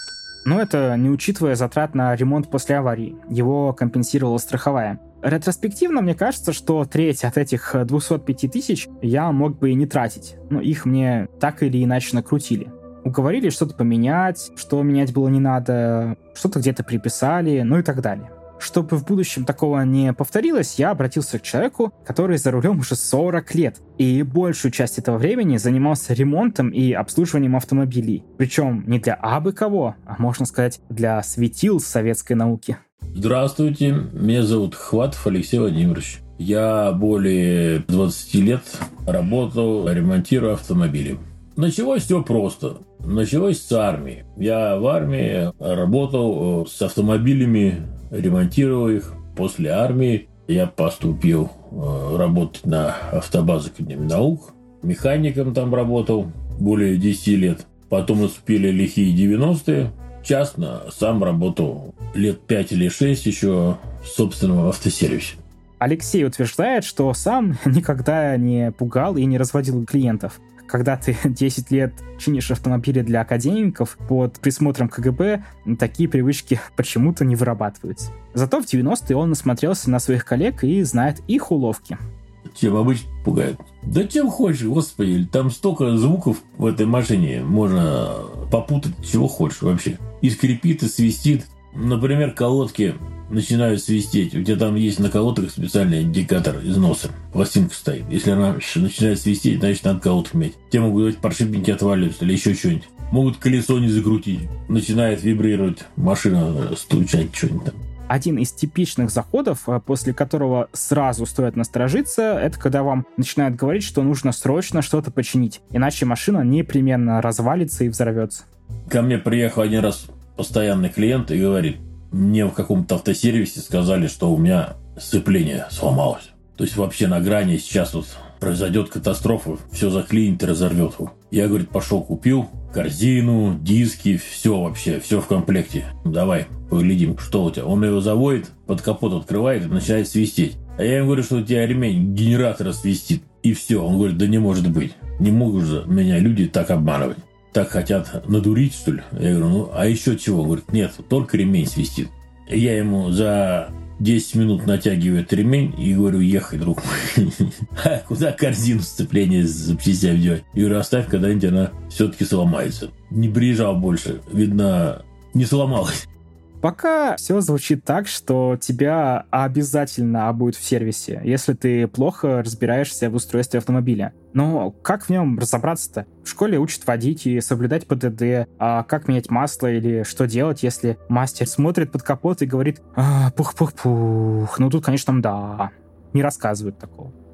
Но это не учитывая затрат на ремонт после аварии. Его компенсировала страховая. Ретроспективно мне кажется, что треть от этих двухсот пяти тысяч я мог бы и не тратить. Но их мне так или иначе накрутили. Уговорили что-то поменять, что менять было не надо, что-то где-то приписали, ну и так далее. Чтобы в будущем такого не повторилось, я обратился к человеку, который за рулем уже сорок лет, и большую часть этого времени занимался ремонтом и обслуживанием автомобилей. Причем не для абы кого, а можно сказать, для светил советской науки.
Здравствуйте, меня зовут Хватов Алексей Владимирович. Я более двадцати лет работал, ремонтирую автомобили. Началось все просто. Началось с армии. Я в армии работал с автомобилями, ремонтировал их. После армии я поступил работать на автобазу Академии наук. Механиком там работал более десяти лет. Потом наступили лихие девяностые. Частно сам работал лет пять или шесть еще в собственном автосервисе.
Алексей утверждает, что сам никогда не пугал и не разводил клиентов. Когда ты десять лет чинишь автомобили для академиков под присмотром ка гэ бэ, такие привычки почему-то не вырабатываются. Зато в девяностые он насмотрелся на своих коллег и знает их уловки.
Чем обычно пугают? Да чем хочешь, господи, там столько звуков в этой машине, можно попутать чего хочешь вообще. И скрипит, и свистит. Например, колодки начинают свистеть. У тебя там есть на колодках специальный индикатор износа. Пластинка стоит. Если она начинает свистеть, значит, надо колодку менять. Те могут быть подшипники отваливаются или еще что-нибудь. Могут колесо не закрутить. Начинает вибрировать машина, стучать что-нибудь там.
Один из типичных заходов, после которого сразу стоит насторожиться, это когда вам начинают говорить, что нужно срочно что-то починить, иначе машина непременно развалится и взорвется.
Ко мне приехал один раз постоянный клиент и говорит, мне в каком-то автосервисе сказали, что у меня сцепление сломалось. То есть вообще на грани сейчас вот произойдет катастрофа, все заклинит и разорвет его. Я, говорит, пошел купил корзину, диски, все вообще, все в комплекте. Давай, поглядим, что у тебя. Он его заводит, под капот открывает и начинает свистеть. А я ему говорю, что у тебя ремень генератора свистит. И все. Он говорит, да не может быть. Не могут же меня люди так обманывать. Так хотят надурить, что ли? Я говорю, ну, а еще чего? Он говорит, нет, только ремень свистит. Я ему за десять минут натягиваю этот ремень и говорю, ехай, друг мой. А куда корзину сцепления с запчастями делать? Я говорю, оставь, когда-нибудь она все-таки сломается. Не приезжал больше. Видно, не сломалась.
Пока все звучит так, что тебя обязательно обуют в сервисе, если ты плохо разбираешься в устройстве автомобиля. Но как в нем разобраться-то? В школе учат водить и соблюдать пэ дэ дэ, а как менять масло или что делать, если мастер смотрит под капот и говорит «А, пух-пух-пух». Ну тут, конечно, да, не рассказывают такого.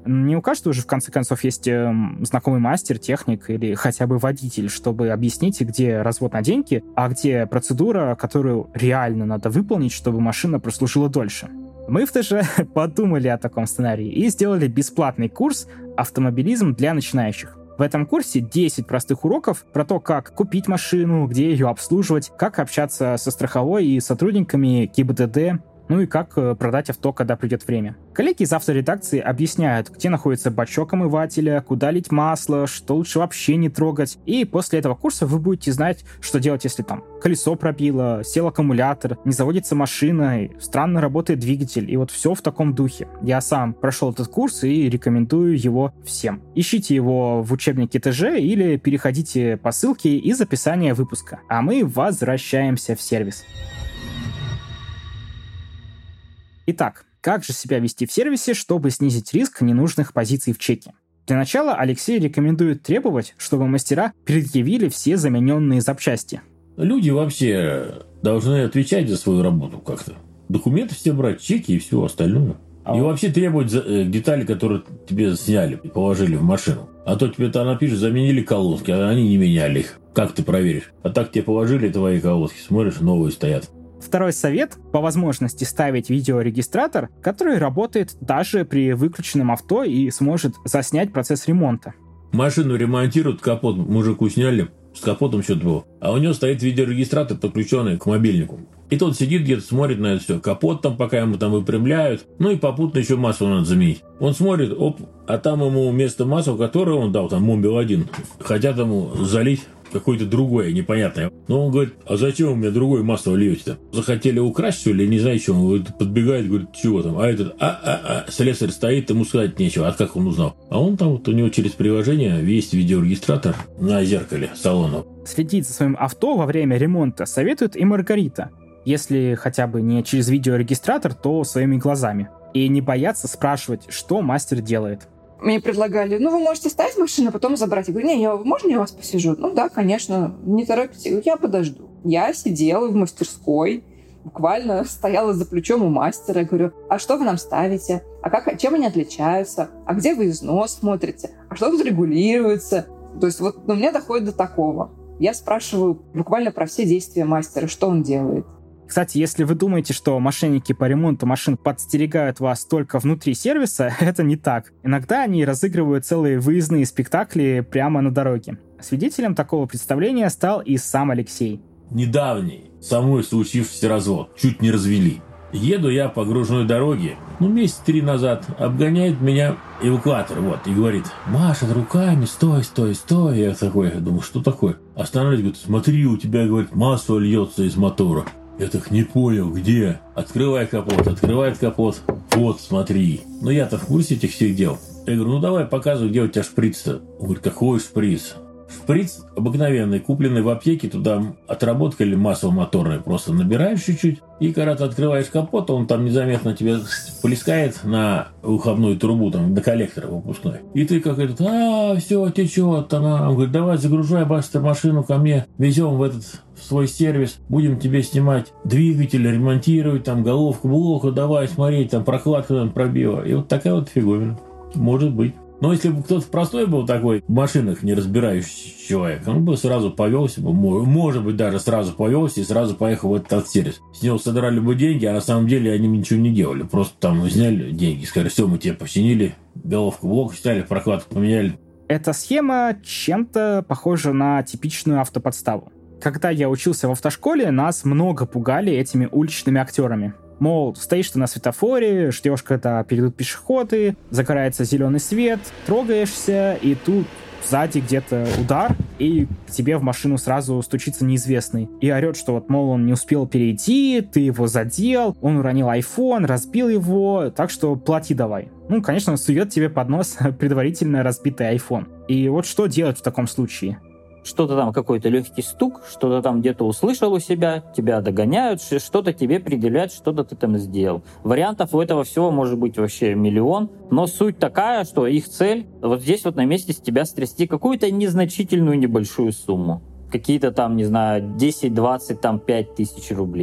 Не у каждого же, в конце концов, есть э, знакомый мастер, техник или хотя бы водитель, чтобы объяснить, где развод на деньги, а где процедура, которую реально надо выполнить, чтобы машина прослужила дольше. Мы в ТЖ подумали о таком сценарии и сделали бесплатный курс «Автомобилизм для начинающих». В этом курсе десять простых уроков про то, как купить машину, где ее обслуживать, как общаться со страховой и сотрудниками ГИБДД, ну и как продать авто, когда придет время. Коллеги из авторедакции объясняют, где находится бачок омывателя, куда лить масло, что лучше вообще не трогать. И после этого курса вы будете знать, что делать, если там колесо пробило, сел аккумулятор, не заводится машина, странно работает двигатель. И вот все в таком духе. Я сам прошел этот курс и рекомендую его всем. Ищите его в учебнике ТЖ или переходите по ссылке из описания выпуска. А мы возвращаемся в сервис. Итак, как же себя вести в сервисе, чтобы снизить риск ненужных позиций в чеке? Для начала Алексей рекомендует требовать, чтобы мастера предъявили все замененные запчасти.
Люди вообще должны отвечать за свою работу как-то. Документы все брать, чеки и все остальное. И вообще требовать детали, которые тебе сняли и положили в машину. А то тебе там напишут, заменили колодки, а они не меняли их. Как ты проверишь? А так тебе положили твои колодки, смотришь, новые стоят.
Второй совет – по возможности ставить видеорегистратор, который работает даже при выключенном авто и сможет заснять процесс ремонта.
Машину ремонтируют, капот мужику сняли, с капотом что-то было. А у него стоит видеорегистратор, подключенный к мобильнику. И тот сидит где-то, смотрит на это все. Капот там, пока ему там выпрямляют. Ну и попутно еще масло надо заменить. Он смотрит, оп, а там ему вместо масла, которое он дал, там Мобил один, хотят ему залить какое-то другое, непонятное. Но он говорит, а зачем у меня другое масло льете-то? Захотели украсть, что ли, не знаю, что. Он подбегает, говорит, чего там? А этот, а-а-а, слесарь стоит, ему сказать нечего. А как он узнал? А он там, вот у него через приложение есть видеорегистратор на зеркале салона.
Следить за своим авто во время ремонта советует и Маргарита. Если хотя бы не через видеорегистратор, то своими глазами. И не бояться спрашивать, что мастер делает.
Мне предлагали, ну, вы можете ставить машину, а потом забрать. Я говорю, не, я, можно я у вас посижу? Ну да, конечно, не торопитесь. Я говорю, я подожду. Я сидела в мастерской, буквально стояла за плечом у мастера. Я говорю, а что вы нам ставите? А как, чем они отличаются? А где вы износ смотрите? А что тут регулируется? То есть вот у меня доходит до такого. Я спрашиваю буквально про все действия мастера, что он делает.
Кстати, если вы думаете, что мошенники по ремонту машин подстерегают вас только внутри сервиса, это не так. Иногда они разыгрывают целые выездные спектакли прямо на дороге. Свидетелем такого представления стал и сам Алексей.
Недавний, со мной случившийся развод, чуть не развели. Еду я по окружной дороге, ну, месяца три назад, обгоняет меня эвакуатор, вот, и говорит, машет руками, стой, стой, стой. Я такой, думаю, что такое? Останавливается, говорит, смотри, у тебя, говорит, масло льется из мотора. Я так не понял, где? Открывай капот, открывает капот. Вот, смотри. Ну, я-то в курсе этих всех дел. Я говорю, ну, давай показывай, где у тебя шприц-то. Он говорит, какой шприц? Шприц обыкновенный, купленный в аптеке, туда отработка или масло моторное. Просто набираешь чуть-чуть, и когда ты открываешь капот, он там незаметно тебе плескает на выходную трубу, там, до коллектора выпускной. И ты как этот, а, все, течет. Она, он говорит, давай загружай, быстро машину ко мне, везем в этот в свой сервис, будем тебе снимать двигатель, ремонтировать, там, головку блока, давай смотреть, там, прокладка там пробила. И вот такая вот фиговина. Может быть. Но если бы кто-то простой был такой, в машинах не разбирающийся человек, он бы сразу повелся бы, может быть, даже сразу повелся и сразу поехал в этот сервис. С него содрали бы деньги, а на самом деле они ничего не делали. Просто там сняли деньги, сказали, все, мы тебе починили, головку блока сняли, прокладку поменяли.
Эта схема чем-то похожа на типичную автоподставу. Когда я учился в автошколе, нас много пугали этими уличными актерами. Мол, стоишь ты на светофоре, ждешь, когда перейдут пешеходы, загорается зеленый свет, трогаешься, и тут сзади где-то удар, и к тебе в машину сразу стучится неизвестный. И орет, что вот, мол, он не успел перейти, ты его задел, он уронил айфон, разбил его, так что плати давай. Ну, конечно, он сует тебе под нос предварительно разбитый айфон. И вот что делать в таком случае?
Что-то там, какой-то легкий стук, что-то там где-то услышал у себя, тебя догоняют, что-то тебе предъявляют, что-то ты там сделал. Вариантов у этого всего может быть вообще миллион, но суть такая, что их цель вот здесь вот на месте с тебя стрясти какую-то незначительную небольшую сумму. Какие-то там, не знаю, десять, двадцать, там пять тысяч рублей.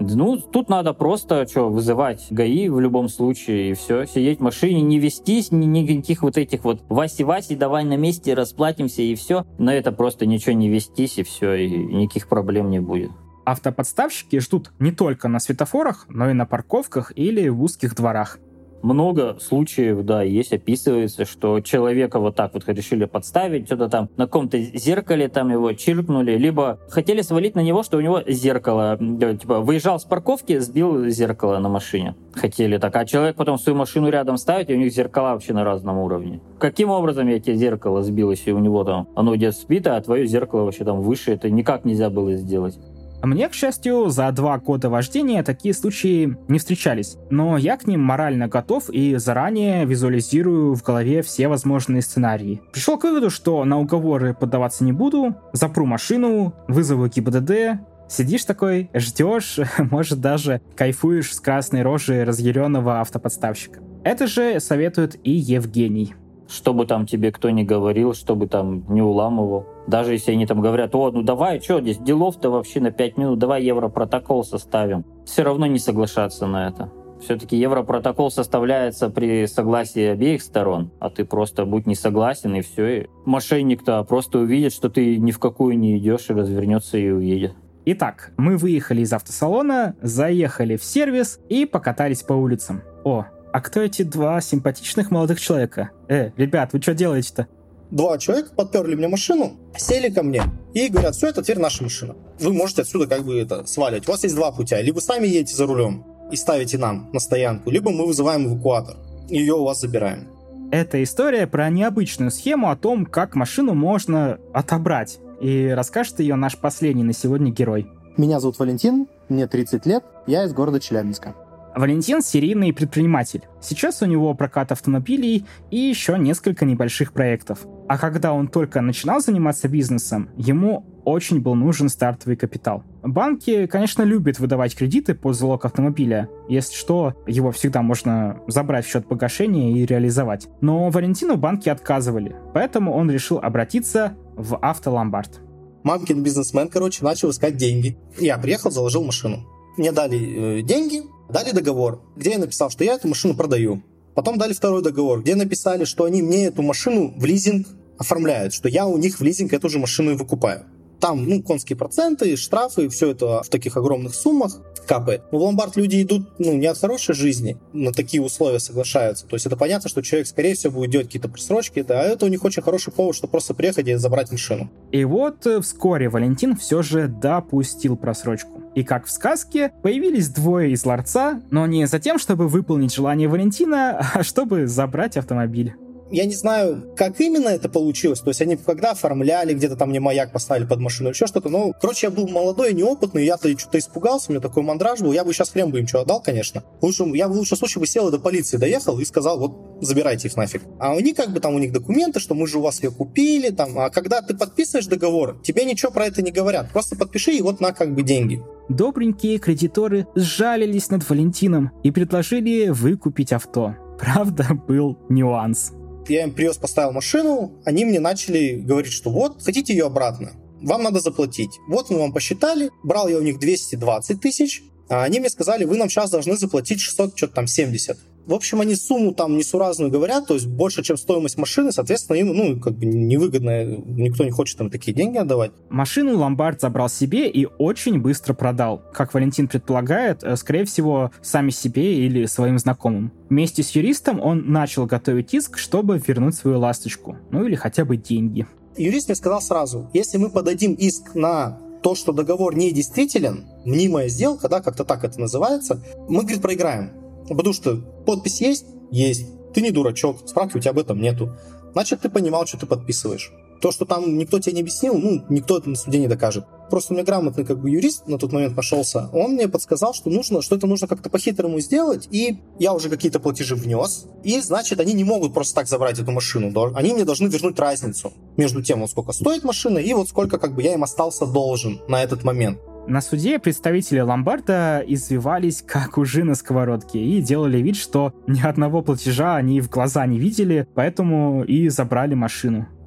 Ну, тут надо просто что, вызывать ГАИ в любом случае, и все. Сидеть в машине, не вестись, ни, никаких вот этих вот Васи-Васи, давай на месте расплатимся, и все. Но это просто ничего не вестись, и все, и никаких проблем не будет.
Автоподставщики ждут не только на светофорах, но и на парковках или в узких дворах.
Много случаев, да, есть, описывается, что человека вот так вот решили подставить, что-то там на каком-то зеркале там его чиркнули, либо хотели свалить на него, что у него зеркало, типа, выезжал с парковки, сбил зеркало на машине. Хотели так, а человек потом свою машину рядом ставит, и у них зеркала вообще на разном уровне. Каким образом я тебе зеркало сбил, если у него там оно где-то сбито, а твое зеркало вообще там выше, это никак нельзя было сделать.
Мне, к счастью, за два года вождения такие случаи не встречались, но я к ним морально готов и заранее визуализирую в голове все возможные сценарии. Пришел к выводу, что на уговоры поддаваться не буду, запру машину, вызову ГИБДД, сидишь такой, ждешь, может даже кайфуешь с красной рожи разъяренного автоподставщика. Это же советует и Евгений.
Чтобы там тебе кто ни говорил, чтобы там не уламывал. Даже если они там говорят, о, ну давай, что здесь, делов-то вообще на пять минут, давай европротокол составим. Все равно не соглашаться на это. Все-таки европротокол составляется при согласии обеих сторон, а ты просто будь не согласен, и все. И мошенник-то просто увидит, что ты ни в какую не идешь, и развернется и уедет.
Итак, мы выехали из автосалона, заехали в сервис и покатались по улицам. О, а кто эти два симпатичных молодых человека? Э, ребят, вы что делаете-то?
Два человека подперли мне машину, сели ко мне и говорят, все, это теперь наша машина. Вы можете отсюда как бы это сваливать. У вас есть два путя. Либо сами едете за рулем и ставите нам на стоянку, либо мы вызываем эвакуатор. Ее у вас забираем.
Это история про необычную схему о том, как машину можно отобрать. И расскажет ее наш последний на сегодня герой.
Меня зовут Валентин, мне тридцать лет, я из города Челябинска.
Валентин — серийный предприниматель. Сейчас у него прокат автомобилей и еще несколько небольших проектов. А когда он только начинал заниматься бизнесом, ему очень был нужен стартовый капитал. Банки, конечно, любят выдавать кредиты под залог автомобиля. Если что, его всегда можно забрать в счет погашения и реализовать. Но Валентину банки отказывали, поэтому он решил обратиться в автоломбард.
Мамкин бизнесмен, короче, начал искать деньги. Я приехал, заложил машину. Мне дали э, деньги, дали договор, где я написал, что я эту машину продаю. Потом дали второй договор, где написали, что они мне эту машину в лизинг оформляют, что я у них в лизинг эту же машину и выкупаю. Там, ну, конские проценты, штрафы, все это в таких огромных суммах капает. Но в ломбард люди идут, ну, не от хорошей жизни, на такие условия соглашаются. То есть это понятно, что человек, скорее всего, будет делать какие-то просрочки, а это у них очень хороший повод, чтобы просто приехать и забрать машину.
И вот вскоре Валентин все же допустил просрочку. И как в сказке, появились двое из ларца, но не за тем, чтобы выполнить желание Валентина, а чтобы забрать автомобиль.
Я не знаю, как именно это получилось. То есть они когда оформляли, где-то там мне маяк поставили под машину или еще что-то. Ну, короче, я был молодой и неопытный, я-то что-то испугался, у меня такой мандраж был. Я бы сейчас хрен бы им что отдал, конечно. Лучше, я бы в лучшем случае бы сел и до полиции доехал и сказал, вот, забирайте их нафиг. А они как бы там, у них документы, что мы же у вас ее купили, там. А когда ты подписываешь договор, тебе ничего про это не говорят. Просто подпиши и вот на как бы деньги.
Добренькие кредиторы сжалились над Валентином и предложили выкупить авто. Правда, был нюанс.
Я им привез, поставил машину, они мне начали говорить, что вот, хотите ее обратно, вам надо заплатить. Вот мы вам посчитали, брал я у них двести двадцать тысяч, а они мне сказали, вы нам сейчас должны заплатить шестьсот, что-то там семьдесят. В общем, они сумму там несуразную говорят, то есть больше, чем стоимость машины, соответственно, им, ну, как бы невыгодно, никто не хочет там такие деньги отдавать.
Машину ломбард забрал себе и очень быстро продал. Как Валентин предполагает, скорее всего, сами себе или своим знакомым. Вместе с юристом он начал готовить иск, чтобы вернуть свою ласточку. Ну или хотя бы деньги.
Юрист мне сказал сразу, если мы подадим иск на то, что договор недействителен, мнимая сделка, да, как-то так это называется, мы, говорит, проиграем. Потому что подпись есть? Есть. Ты не дурачок, справки у тебя об этом нету. Значит, ты понимал, что ты подписываешь. То, что там никто тебе не объяснил, ну, никто это на суде не докажет. Просто у меня грамотный как бы юрист на тот момент нашелся. Он мне подсказал, что нужно, что это нужно как-то по-хитрому сделать. И я уже какие-то платежи внес. И, значит, они не могут просто так забрать эту машину. Они мне должны вернуть разницу между тем, вот сколько стоит машина, и вот сколько как бы я им остался должен на этот момент.
На суде представители ломбарда извивались как ужи на сковородке и делали вид, что ни одного платежа они в глаза не видели, поэтому и забрали машину.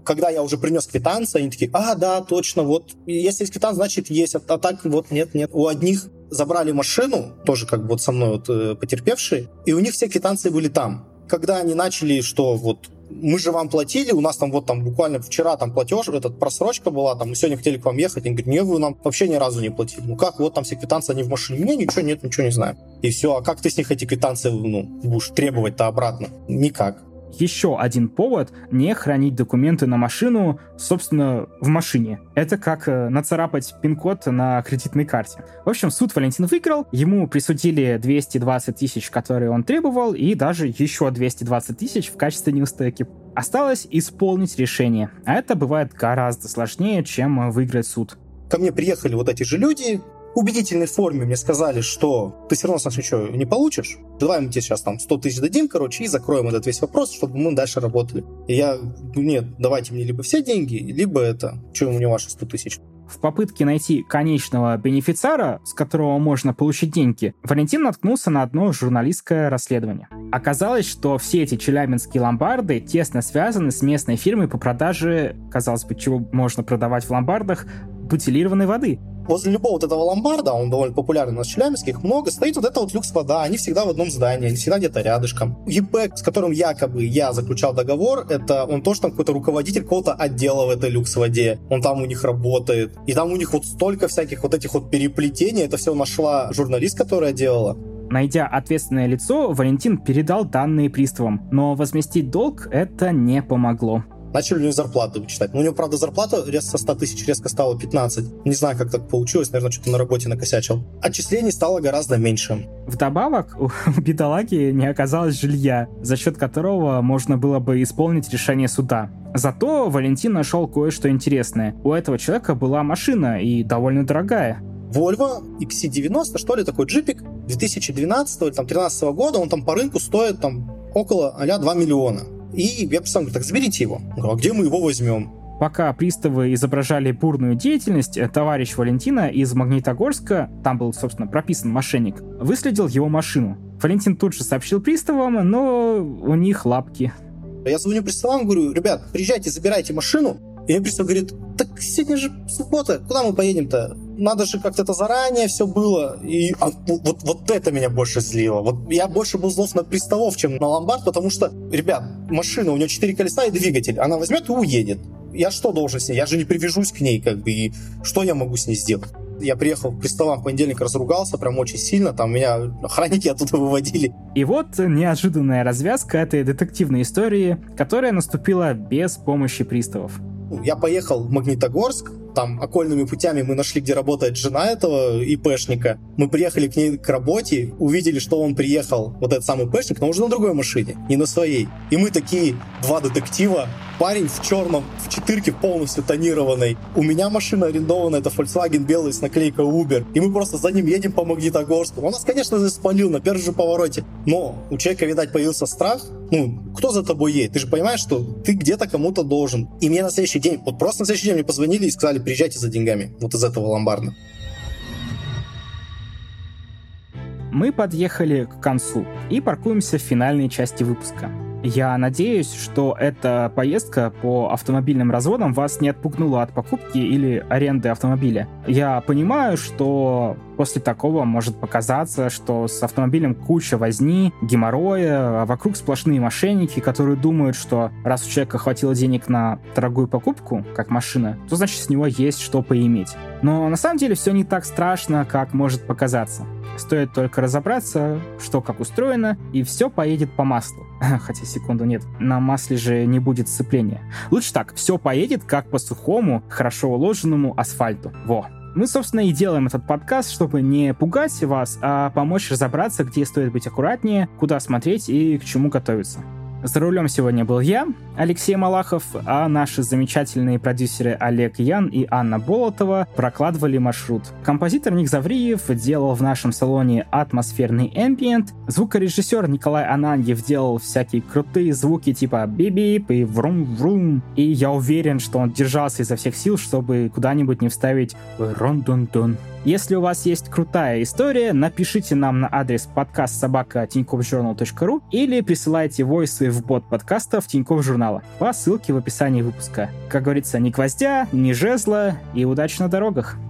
Когда я уже принес квитанции, они такие, а, да, точно, вот, если есть квитанция, значит, есть, а, а так вот нет, нет. У одних забрали машину, тоже как бы вот со мной вот э, потерпевшие, и у них все квитанции были там. Когда они начали, что вот мы же вам платили, у нас там вот там буквально вчера там платеж, этот просрочка была, там мы сегодня хотели к вам ехать, они говорят, не, вы нам вообще ни разу не платили. Ну как, вот там все квитанции, они в машине, мне ничего нет, ничего не знаю. И все, а как ты с них эти квитанции, ну, будешь требовать-то обратно? Никак.
Еще один повод не хранить документы на машину, собственно, в машине. Это как э, нацарапать пин-код на кредитной карте. В общем, суд Валентин выиграл, ему присудили двести двадцать тысяч, которые он требовал, и даже еще двести двадцать тысяч в качестве неустойки. Осталось исполнить решение, а это бывает гораздо сложнее, чем выиграть суд.
Ко мне приехали вот эти же люди, в убедительной форме мне сказали, что ты все равно с нас ничего не получишь. Давай мы тебе сейчас там сто тысяч дадим, короче, и закроем этот весь вопрос, чтобы мы дальше работали. И я, нет, давайте мне либо все деньги, либо это, что у меня ваши сто тысяч.
В попытке найти конечного бенефициара, с которого можно получить деньги, Валентин наткнулся на одно журналистское расследование. Оказалось, что все эти челябинские ломбарды тесно связаны с местной фирмой по продаже, казалось бы, чего можно продавать в ломбардах, бутилированной воды.
Возле любого вот этого ломбарда, он довольно популярный у нас в Челябинске, их много, стоит вот эта вот люкс-вода, они всегда в одном здании, они всегда где-то рядышком. ЕП, с которым якобы я заключал договор, это он тоже там какой-то руководитель какого-то отдела в этой люкс-воде, он там у них работает, и там у них вот столько всяких вот этих вот переплетений, это все нашла журналист, которая делала.
Найдя ответственное лицо, Валентин передал данные приставам, но возместить долг это не помогло.
Начали у него зарплату вычитать. Но у него, правда, зарплата со ста тысяч резко стала пятнадцать. Не знаю, как так получилось. Наверное, что-то на работе накосячил. Отчислений стало гораздо меньше.
Вдобавок, у бедолаги не оказалось жилья, за счет которого можно было бы исполнить решение суда. Зато Валентин нашел кое-что интересное. У этого человека была машина, и довольно дорогая.
Volvo икс си девяносто, что ли, такой джипик две тысячи двенадцатого или там, тринадцатого года. Он там по рынку стоит там около а-ля два миллиона. И я представляю, так заберите его. Я говорю, а где мы его возьмем?
Пока приставы изображали бурную деятельность, товарищ Валентина из Магнитогорска, там был, собственно, прописан мошенник, выследил его машину. Валентин тут же сообщил приставам, но у них лапки.
Я звоню приставам, говорю, ребят, приезжайте, забирайте машину. И мне пристав говорит, так сегодня же суббота, куда мы поедем-то? Надо же как-то это заранее все было. И а, вот, вот это меня больше злило. Вот я больше был злов на приставов, чем на ломбард, потому что, ребят, машина, у нее четыре колеса и двигатель. Она возьмет и уедет. Я что должен с ней? Я же не привяжусь к ней, как бы, и что я могу с ней сделать? Я приехал к приставам в понедельник, разругался прям очень сильно, там меня охранники оттуда выводили.
И вот неожиданная развязка этой детективной истории, которая наступила без помощи приставов.
Я поехал в Магнитогорск, там окольными путями мы нашли, где работает жена этого ИПшника. Мы приехали к ней к работе, увидели, что он приехал, вот этот самый ИПшник, но уже на другой машине, не на своей. И мы такие, два детектива, парень в черном, в четырке полностью тонированной. У меня машина арендованная, это Volkswagen белый с наклейкой Uber. И мы просто за ним едем по Магнитогорску. Он нас, конечно же, спалил на первом же повороте. Но у человека, видать, появился страх. Ну, кто за тобой едет? Ты же понимаешь, что ты где-то кому-то должен. И мне на следующий день, вот просто на следующий день мне позвонили и сказали, приезжайте за деньгами. Вот из этого ломбарда.
Мы подъехали к концу и паркуемся в финальной части выпуска. Я надеюсь, что эта поездка по автомобильным разводам вас не отпугнула от покупки или аренды автомобиля. Я понимаю, что после такого может показаться, что с автомобилем куча возни, геморроя, а вокруг сплошные мошенники, которые думают, что раз у человека хватило денег на дорогую покупку, как машина, то значит с него есть что поиметь. Но на самом деле все не так страшно, как может показаться. Стоит только разобраться, что как устроено, и все поедет по маслу. Хотя, секунду, нет, на масле же не будет сцепления. Лучше так, все поедет как по сухому, хорошо уложенному асфальту. Во. Мы, собственно, и делаем этот подкаст, чтобы не пугать вас, а помочь разобраться, где стоит быть аккуратнее, куда смотреть и к чему готовиться. За рулем сегодня был я, Алексей Малахов, а наши замечательные продюсеры Олег Ян и Анна Болотова прокладывали маршрут. Композитор Ник Завриев делал в нашем салоне атмосферный эмбиент, звукорежиссер Николай Ананьев делал всякие крутые звуки типа бип-бип и врум-врум, и я уверен, что он держался изо всех сил, чтобы куда-нибудь не вставить рон-дун-дун. Если у вас есть крутая история, напишите нам на адрес подкаст собака тинькофф журнал точка ру или присылайте войсы в бот подкастов Тинькофф Журнала по ссылке в описании выпуска. Как говорится, ни гвоздя, ни жезла и удачи на дорогах.